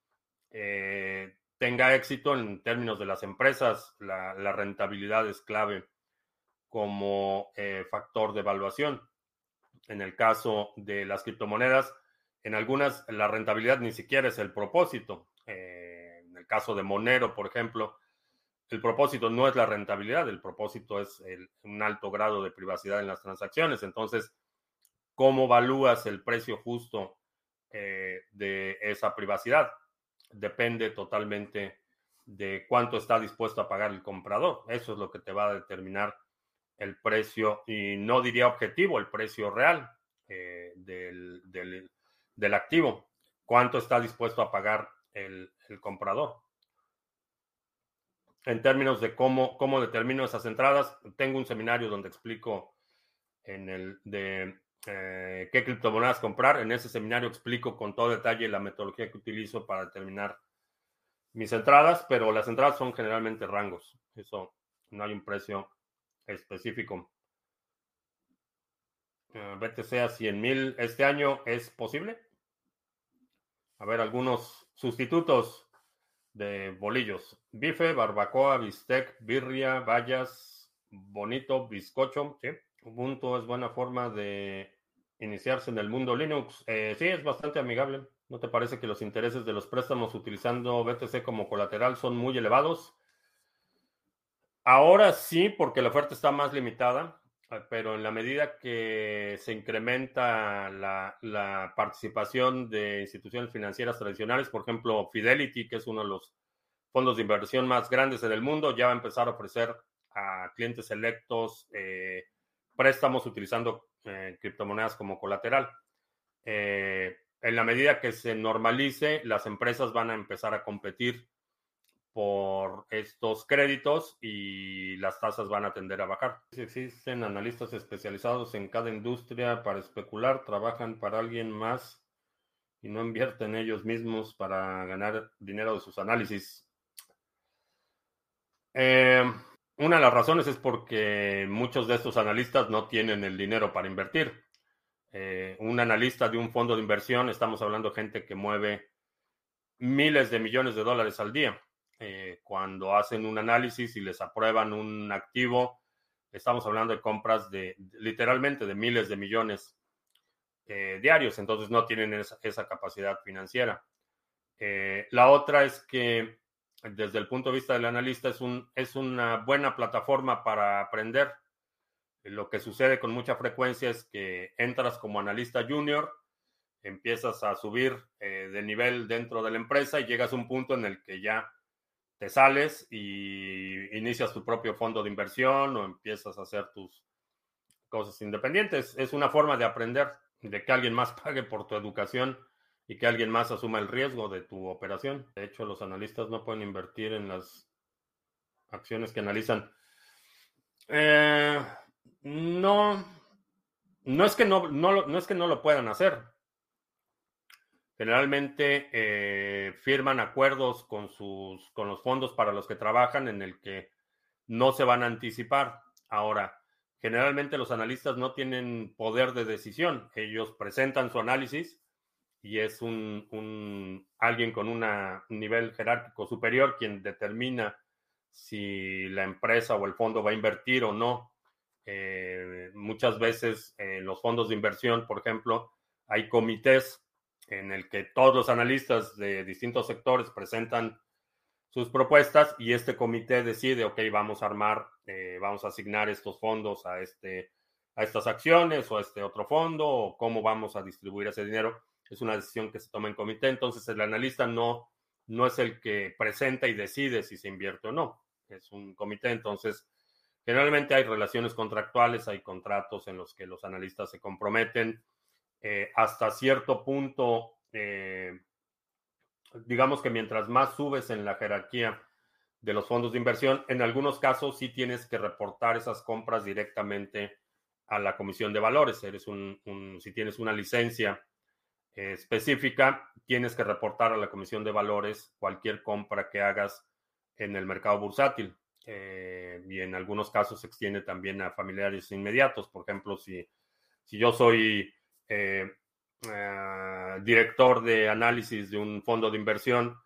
eh, tenga éxito en términos de las empresas. La, la rentabilidad es clave como eh, factor de evaluación. En el caso de las criptomonedas, en algunas la rentabilidad ni siquiera es el propósito. Eh, en el caso de Monero, por ejemplo, el propósito no es la rentabilidad, el propósito es el, un alto grado de privacidad en las transacciones. Entonces, ¿cómo evalúas el precio justo eh, de esa privacidad? Depende totalmente de cuánto está dispuesto a pagar el comprador. Eso es lo que te va a determinar el precio, y no diría objetivo, el precio real eh, del, del, del, activo. ¿Cuánto está dispuesto a pagar el, el comprador? En términos de cómo, cómo determino esas entradas, tengo un seminario donde explico en el de eh, qué criptomonedas comprar. En ese seminario explico con todo detalle la metodología que utilizo para determinar mis entradas, pero las entradas son generalmente rangos. Eso, no hay un precio específico. Uh, B T C a cien mil este año, ¿es posible? A ver, algunos sustitutos de bolillos. Bife, barbacoa, bistec, birria, bayas, bonito, bizcocho. ¿Sí? Ubuntu es buena forma de iniciarse en el mundo Linux. Eh, sí, es bastante amigable. ¿No te parece que los intereses de los préstamos utilizando B T C como colateral son muy elevados? Ahora sí, porque la oferta está más limitada, eh, pero en la medida que se incrementa la, la participación de instituciones financieras tradicionales, por ejemplo, Fidelity, que es uno de los fondos de inversión más grandes en el mundo, ya va a empezar a ofrecer a clientes selectos eh, préstamos utilizando eh, criptomonedas como colateral. Eh, en la medida que se normalice, las empresas van a empezar a competir por estos créditos y las tasas van a tender a bajar. Existen analistas especializados en cada industria para especular, trabajan para alguien más y no invierten ellos mismos para ganar dinero de sus análisis. Eh, una de las razones es porque muchos de estos analistas no tienen el dinero para invertir. Eh, un analista de un fondo de inversión, estamos hablando de gente que mueve miles de millones de dólares al día. Eh, cuando hacen un análisis y les aprueban un activo, estamos hablando de compras de, de literalmente de miles de millones eh, diarios, entonces no tienen esa, esa capacidad financiera. Eh, la otra es que desde el punto de vista del analista es, un, es una buena plataforma para aprender. Lo que sucede con mucha frecuencia es que entras como analista junior, empiezas a subir eh, de nivel dentro de la empresa y llegas a un punto en el que ya te sales y inicias tu propio fondo de inversión o empiezas a hacer tus cosas independientes. Es una forma de aprender, de que alguien más pague por tu educación y que alguien más asuma el riesgo de tu operación. De hecho, los analistas no pueden invertir en las acciones que analizan. Eh, no, no es que no, no, no es que no lo puedan hacer. Generalmente eh, firman acuerdos con sus, con los fondos para los que trabajan en el que no se van a anticipar. Ahora, generalmente los analistas no tienen poder de decisión. Ellos presentan su análisis y es un, un alguien con una, un nivel jerárquico superior quien determina si la empresa o el fondo va a invertir o no. Eh, muchas veces en los fondos de inversión, por ejemplo, hay comités en el que todos los analistas de distintos sectores presentan sus propuestas y este comité decide, ok, vamos a armar, eh, vamos a asignar estos fondos a, este, a estas acciones o a este otro fondo o cómo vamos a distribuir ese dinero. Es una decisión que se toma en comité, entonces el analista no, no es el que presenta y decide si se invierte o no, es un comité, entonces generalmente hay relaciones contractuales, hay contratos en los que los analistas se comprometen eh, hasta cierto punto. Eh, digamos que mientras más subes en la jerarquía de los fondos de inversión, en algunos casos sí tienes que reportar esas compras directamente a la Comisión de Valores. Eres un, un si tienes una licencia eh, específica, tienes que reportar a la Comisión de Valores cualquier compra que hagas en el mercado bursátil. Eh, y en algunos casos se extiende también a familiares inmediatos. Por ejemplo, si, si yo soy eh, uh, director de análisis de un fondo de inversión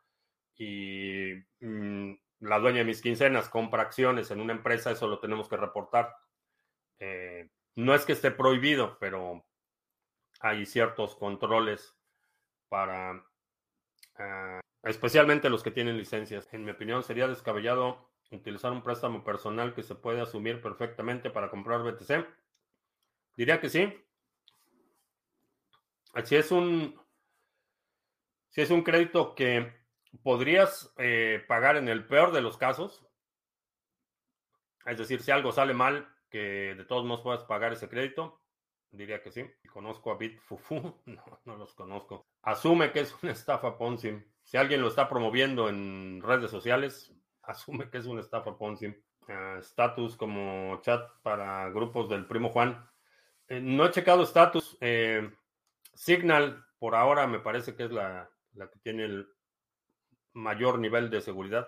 y mm, la dueña de mis quincenas compra acciones en una empresa, eso lo tenemos que reportar. Eh, no es que esté prohibido, pero hay ciertos controles para, uh, especialmente los que tienen licencias. En mi opinión, sería descabellado utilizar un préstamo personal que se puede asumir perfectamente para comprar B T C. Diría que sí. Si es un, si es un crédito que podrías eh, pagar en el peor de los casos, es decir, si algo sale mal, que de todos modos puedas pagar ese crédito, diría que sí. Conozco a BitFuFu, no, no los conozco. Asume que es una estafa Ponzi. Si alguien lo está promoviendo en redes sociales, asume que es una estafa Ponzi. Status uh, como chat para grupos del primo Juan. Eh, no he checado status. Eh, Signal, por ahora, me parece que es la, la que tiene el mayor nivel de seguridad.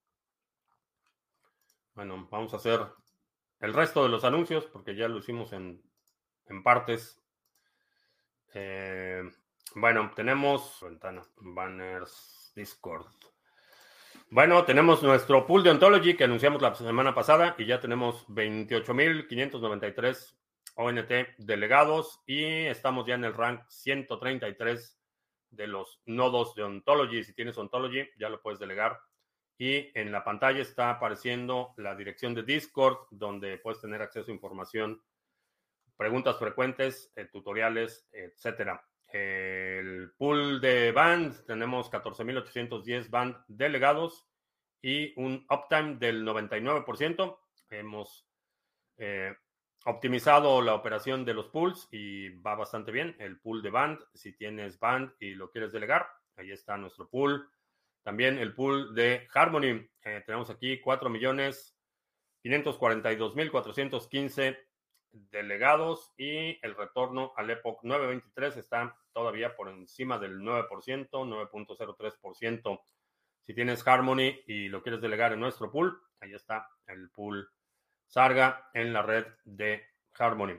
Bueno, vamos a hacer el resto de los anuncios porque ya lo hicimos en, en partes. Eh, Bueno, tenemos ventana, banners, Discord. Bueno, tenemos nuestro pool de Ontology que anunciamos la semana pasada y ya tenemos veintiocho mil quinientos noventa y tres O N T delegados y estamos ya en el rank ciento treinta y tres de los nodos de Ontology. Si tienes Ontology, ya lo puedes delegar. Y en la pantalla está apareciendo la dirección de Discord, donde puedes tener acceso a información, preguntas frecuentes, eh, tutoriales, etcétera. El pool de band, tenemos catorce mil ochocientos diez band delegados y un uptime del noventa y nueve por ciento. Hemos eh, optimizado la operación de los pools y va bastante bien. El pool de band, si tienes band y lo quieres delegar, ahí está nuestro pool. También el pool de Harmony. Eh, tenemos aquí cuatro millones quinientos cuarenta y dos mil cuatrocientos quince delegados y el retorno al Epoch nueve veintitrés está todavía por encima del nueve por ciento, nueve punto cero tres por ciento. Si tienes Harmony y lo quieres delegar en nuestro pool, ahí está el pool Sarga en la red de Harmony.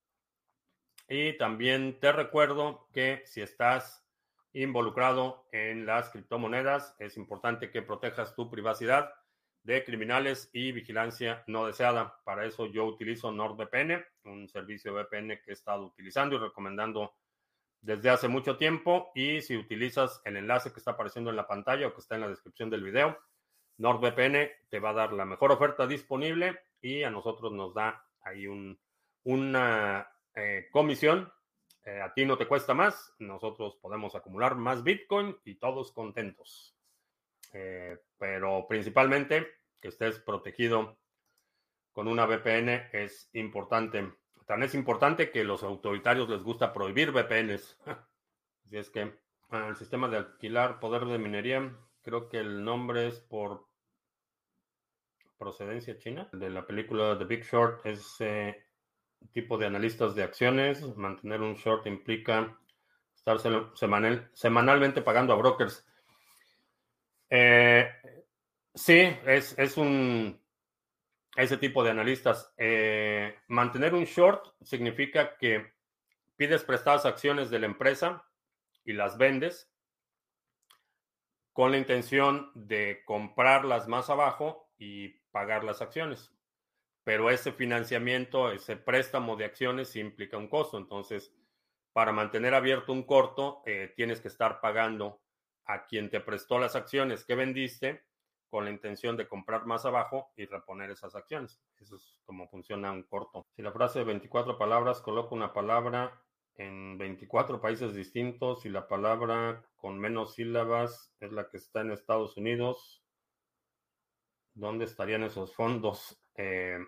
Y también te recuerdo que si estás involucrado en las criptomonedas, es importante que protejas tu privacidad de criminales y vigilancia no deseada. Para eso yo utilizo NordVPN, un servicio V P N que he estado utilizando y recomendando desde hace mucho tiempo. Y si utilizas el enlace que está apareciendo en la pantalla o que está en la descripción del video, NordVPN te va a dar la mejor oferta disponible y a nosotros nos da ahí un, una eh, comisión. Eh, a ti no te cuesta más, nosotros podemos acumular más Bitcoin y todos contentos. Eh, pero principalmente que estés protegido con una V P N es importante. Tan es importante que los autoritarios les gusta prohibir V P Ns. Así es que ah, el sistema de alquilar poder de minería, creo que el nombre es por procedencia china. De la película The Big Short es eh, tipo de analistas de acciones. Mantener un short implica estar semanal, semanalmente pagando a brokers. Eh, sí, es, es un ese tipo de analistas. Eh, mantener un short significa que pides prestadas acciones de la empresa y las vendes con la intención de comprarlas más abajo y pagar las acciones. Pero ese financiamiento, ese préstamo de acciones sí implica un costo. Entonces, para mantener abierto un corto, eh, tienes que estar pagando a quien te prestó las acciones que vendiste con la intención de comprar más abajo y reponer esas acciones. Eso es como funciona un corto. Si la frase de veinticuatro palabras coloca una palabra en veinticuatro países distintos y la palabra con menos sílabas es la que está en Estados Unidos, ¿dónde estarían esos fondos? Eh,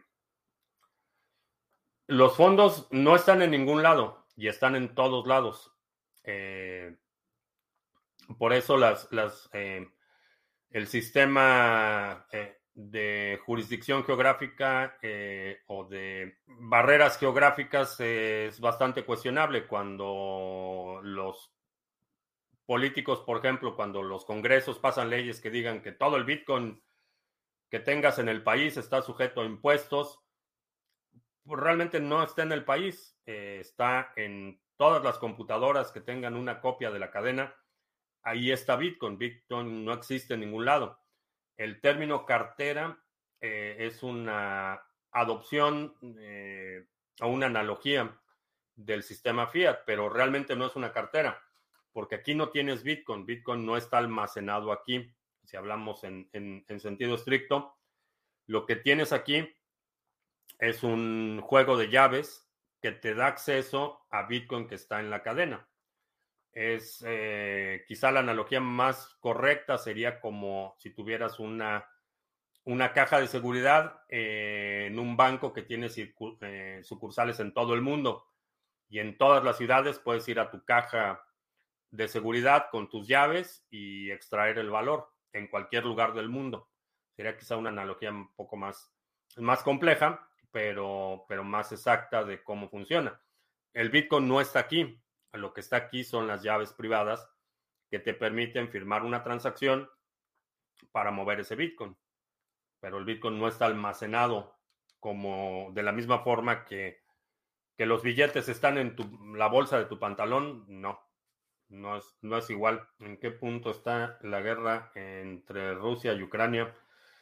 los fondos no están en ningún lado y están en todos lados. Eh, por eso las, las eh, el sistema eh, de jurisdicción geográfica eh, o de barreras geográficas eh, es bastante cuestionable cuando los políticos, por ejemplo, cuando los congresos pasan leyes que digan que todo el Bitcoin que tengas en el país está sujeto a impuestos, pues realmente no está en el país, eh, está en todas las computadoras que tengan una copia de la cadena. Ahí está Bitcoin. Bitcoin no existe en ningún lado. El término cartera eh, es una adopción eh, o una analogía del sistema fiat, pero realmente no es una cartera, porque aquí no tienes Bitcoin. Bitcoin no está almacenado aquí. Si hablamos en, en, en sentido estricto, lo que tienes aquí es un juego de llaves que te da acceso a Bitcoin que está en la cadena. Es eh, quizá la analogía más correcta sería como si tuvieras una, una caja de seguridad eh, en un banco que tiene eh, sucursales en todo el mundo y en todas las ciudades puedes ir a tu caja de seguridad con tus llaves y extraer el valor en cualquier lugar del mundo. Sería quizá una analogía un poco más, más compleja, pero, pero más exacta de cómo funciona. El Bitcoin no está aquí. Lo que está aquí son las llaves privadas que te permiten firmar una transacción para mover ese Bitcoin. Pero el Bitcoin no está almacenado como de la misma forma que, que los billetes están en tu, la bolsa de tu pantalón, no. no es, no es igual. ¿En qué punto está la guerra entre Rusia y Ucrania?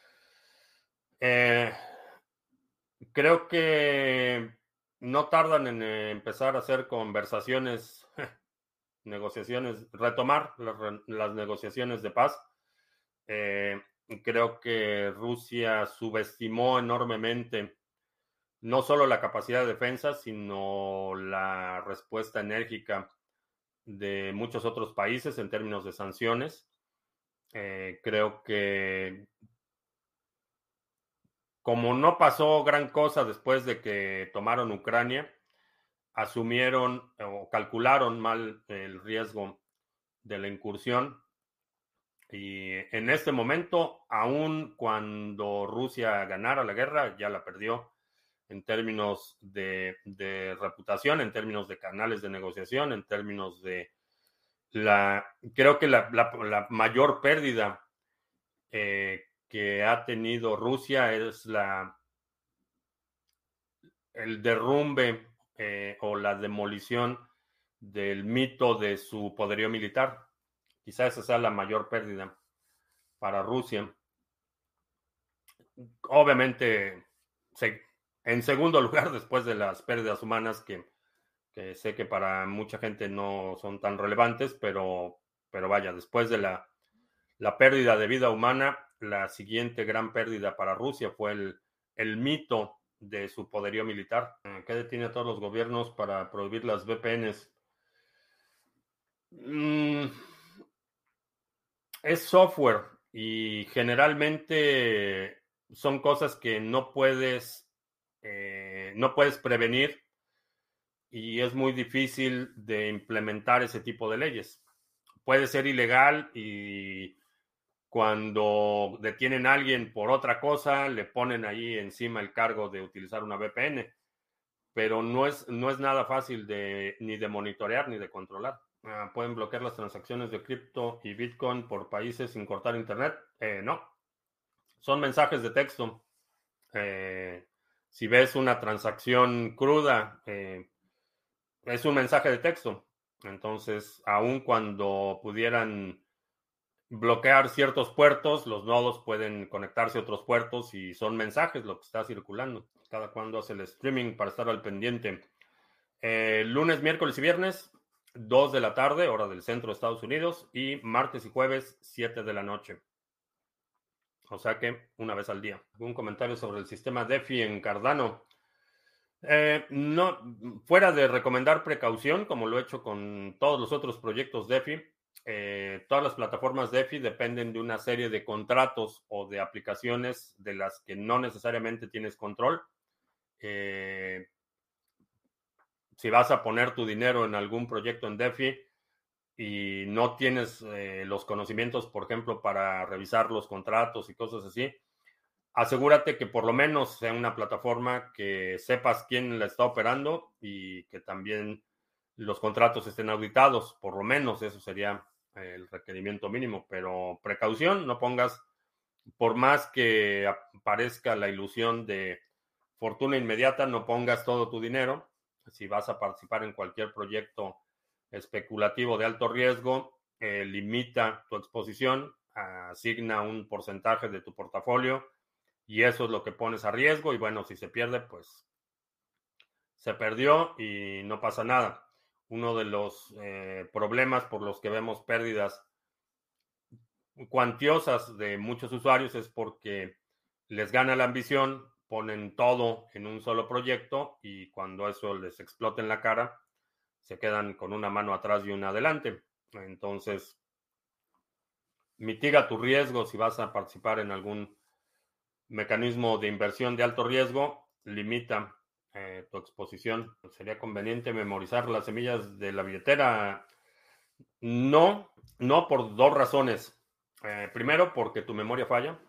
Eh, Creo que no tardan en eh, empezar a hacer conversaciones, negociaciones, retomar las, re- las negociaciones de paz. Eh, Creo que Rusia subestimó enormemente no solo la capacidad de defensa, sino la respuesta enérgica de muchos otros países en términos de sanciones. Eh, creo que como no pasó gran cosa después de que tomaron Ucrania, asumieron o calcularon mal el riesgo de la incursión. Y en este momento, aun cuando Rusia ganara la guerra, ya la perdió en términos de, de reputación, en términos de canales de negociación, en términos de la... Creo que la, la- la mayor pérdida eh, que ha tenido Rusia es la, el derrumbe eh, o la demolición del mito de su poderío militar. Quizás esa sea la mayor pérdida para Rusia. Obviamente, se- en segundo lugar, después de las pérdidas humanas, que, que sé que para mucha gente no son tan relevantes, pero, pero vaya, después de la, la pérdida de vida humana, la siguiente gran pérdida para Rusia fue el, el mito de su poderío militar. Eh, ¿Qué detiene a todos los gobiernos para prohibir las V P Ns? Mm, es software y generalmente son cosas que no puedes, eh, no puedes prevenir y es muy difícil de implementar ese tipo de leyes. Puede ser ilegal y cuando detienen a alguien por otra cosa, le ponen ahí encima el cargo de utilizar una V P N, pero no es, no es nada fácil de, ni de monitorear ni de controlar. Ah, ¿pueden bloquear las transacciones de cripto y Bitcoin por países sin cortar internet? Eh, no, son mensajes de texto. Eh, si ves una transacción cruda, eh, es un mensaje de texto. Entonces, aun cuando pudieran bloquear ciertos puertos, los nodos pueden conectarse a otros puertos y son mensajes lo que está circulando. Cada cuando hace el streaming para estar al pendiente. Eh, lunes, miércoles y viernes, dos de la tarde, hora del centro de Estados Unidos, y martes y jueves, siete de la noche. O sea que una vez al día. Un comentario sobre el sistema DeFi en Cardano. Eh, no, fuera de recomendar precaución, como lo he hecho con todos los otros proyectos DeFi, eh, todas las plataformas DeFi dependen de una serie de contratos o de aplicaciones de las que no necesariamente tienes control. Eh, si vas a poner tu dinero en algún proyecto en DeFi y no tienes eh, los conocimientos, por ejemplo, para revisar los contratos y cosas así, asegúrate que por lo menos sea una plataforma que sepas quién la está operando y que también los contratos estén auditados. Por lo menos eso sería el requerimiento mínimo. Pero precaución, no pongas, por más que aparezca la ilusión de fortuna inmediata, no pongas todo tu dinero. Si vas a participar en cualquier proyecto especulativo de alto riesgo, eh, limita tu exposición, asigna un porcentaje de tu portafolio y eso es lo que pones a riesgo y bueno, si se pierde, pues se perdió y no pasa nada. Uno de los eh, problemas por los que vemos pérdidas cuantiosas de muchos usuarios es porque les gana la ambición, ponen todo en un solo proyecto y cuando eso les explota en la cara, se quedan con una mano atrás y una adelante. Entonces, mitiga tu riesgo si vas a participar en algún mecanismo de inversión de alto riesgo, limita eh, tu exposición. ¿Sería conveniente memorizar las semillas de la billetera? No, no por dos razones. Eh, primero, porque tu memoria falla.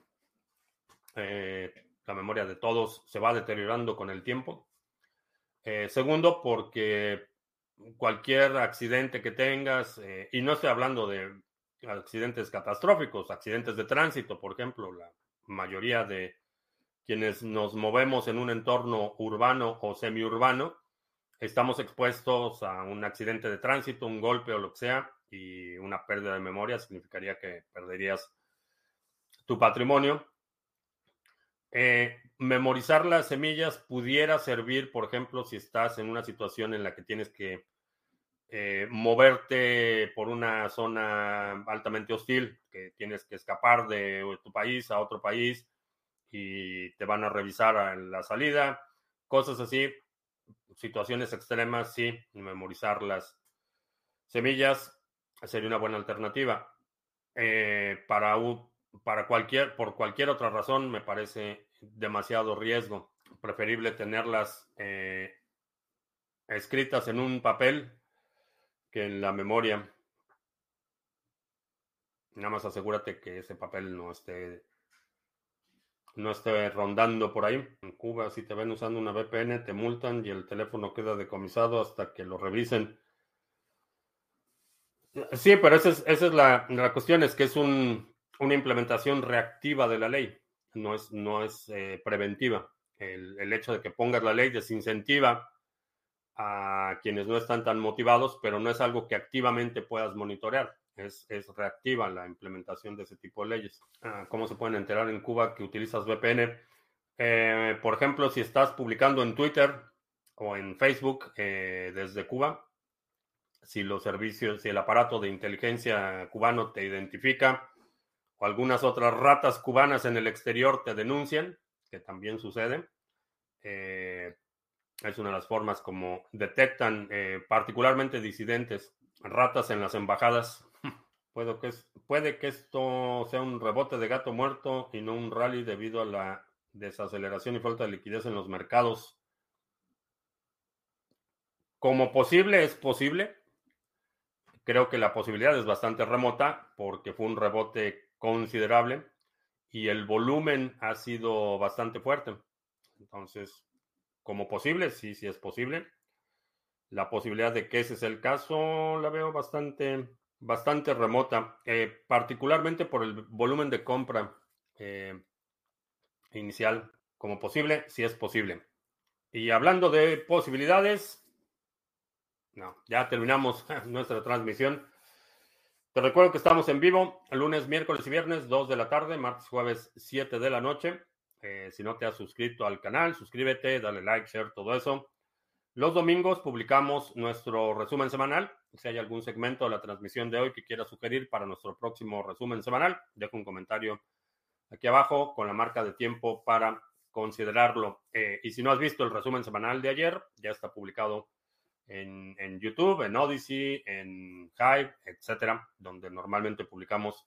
Eh, la memoria de todos se va deteriorando con el tiempo. Eh, segundo, porque cualquier accidente que tengas, eh, y no estoy hablando de accidentes catastróficos, accidentes de tránsito, por ejemplo, la mayoría de quienes nos movemos en un entorno urbano o semiurbano, estamos expuestos a un accidente de tránsito, un golpe o lo que sea, y una pérdida de memoria significaría que perderías tu patrimonio. Eh, memorizar las semillas pudiera servir, por ejemplo, si estás en una situación en la que tienes que eh, moverte por una zona altamente hostil, que tienes que escapar de tu país a otro país y te van a revisar en la salida, cosas así, situaciones extremas, sí, memorizar las semillas sería una buena alternativa. Eh, para, u- para cualquier, por cualquier otra razón, me parece demasiado riesgo. Preferible tenerlas eh, escritas en un papel que en la memoria. Nada más asegúrate que ese papel no esté, no esté rondando por ahí. En Cuba, si te ven usando una V P N, te multan y el teléfono queda decomisado hasta que lo revisen. Sí, pero esa es, esa es la, la cuestión, es que es un, una implementación reactiva de la ley, no es, no es eh, preventiva. El, el hecho de que pongas la ley desincentiva a quienes no están tan motivados, pero no es algo que activamente puedas monitorear. Es, es reactiva la implementación de ese tipo de leyes. Ah, ¿cómo se pueden enterar en Cuba que utilizas V P N? Eh, por ejemplo, si estás publicando en Twitter o en Facebook eh, desde Cuba, si los servicios, si el aparato de inteligencia cubano te identifica o algunas otras ratas cubanas en el exterior te denuncian, que también sucede, eh, es una de las formas como detectan eh, particularmente disidentes, ratas en las embajadas. Puedo que es, puede que esto sea un rebote de gato muerto y no un rally debido a la desaceleración y falta de liquidez en los mercados. Como posible, es posible. Creo que la posibilidad es bastante remota porque fue un rebote considerable y el volumen ha sido bastante fuerte. Entonces, como posible, sí, sí es posible. La posibilidad de que ese es el caso la veo bastante, bastante remota, eh, particularmente por el volumen de compra eh, inicial. Como posible, sí es posible. Y hablando de posibilidades, no, ya terminamos nuestra transmisión. Te recuerdo que estamos en vivo lunes, miércoles y viernes, dos de la tarde, martes, jueves, siete de la noche. Eh, si no te has suscrito al canal, suscríbete, dale like, share, todo eso. Los domingos publicamos nuestro resumen semanal. Si hay algún segmento de la transmisión de hoy que quieras sugerir para nuestro próximo resumen semanal, deja un comentario aquí abajo con la marca de tiempo para considerarlo. Eh, y si no has visto el resumen semanal de ayer, ya está publicado en, en YouTube, en Odyssey, en Hive, etcétera, donde normalmente publicamos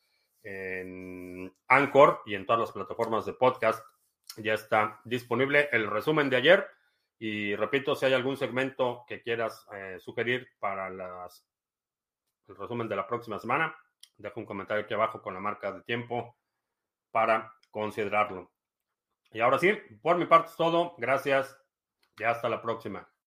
en Anchor y en todas las plataformas de podcast. Ya está disponible el resumen de ayer. Y repito, si hay algún segmento que quieras eh, sugerir para las, el resumen de la próxima semana, deja un comentario aquí abajo con la marca de tiempo para considerarlo. Y ahora sí, por mi parte es todo. Gracias y hasta la próxima.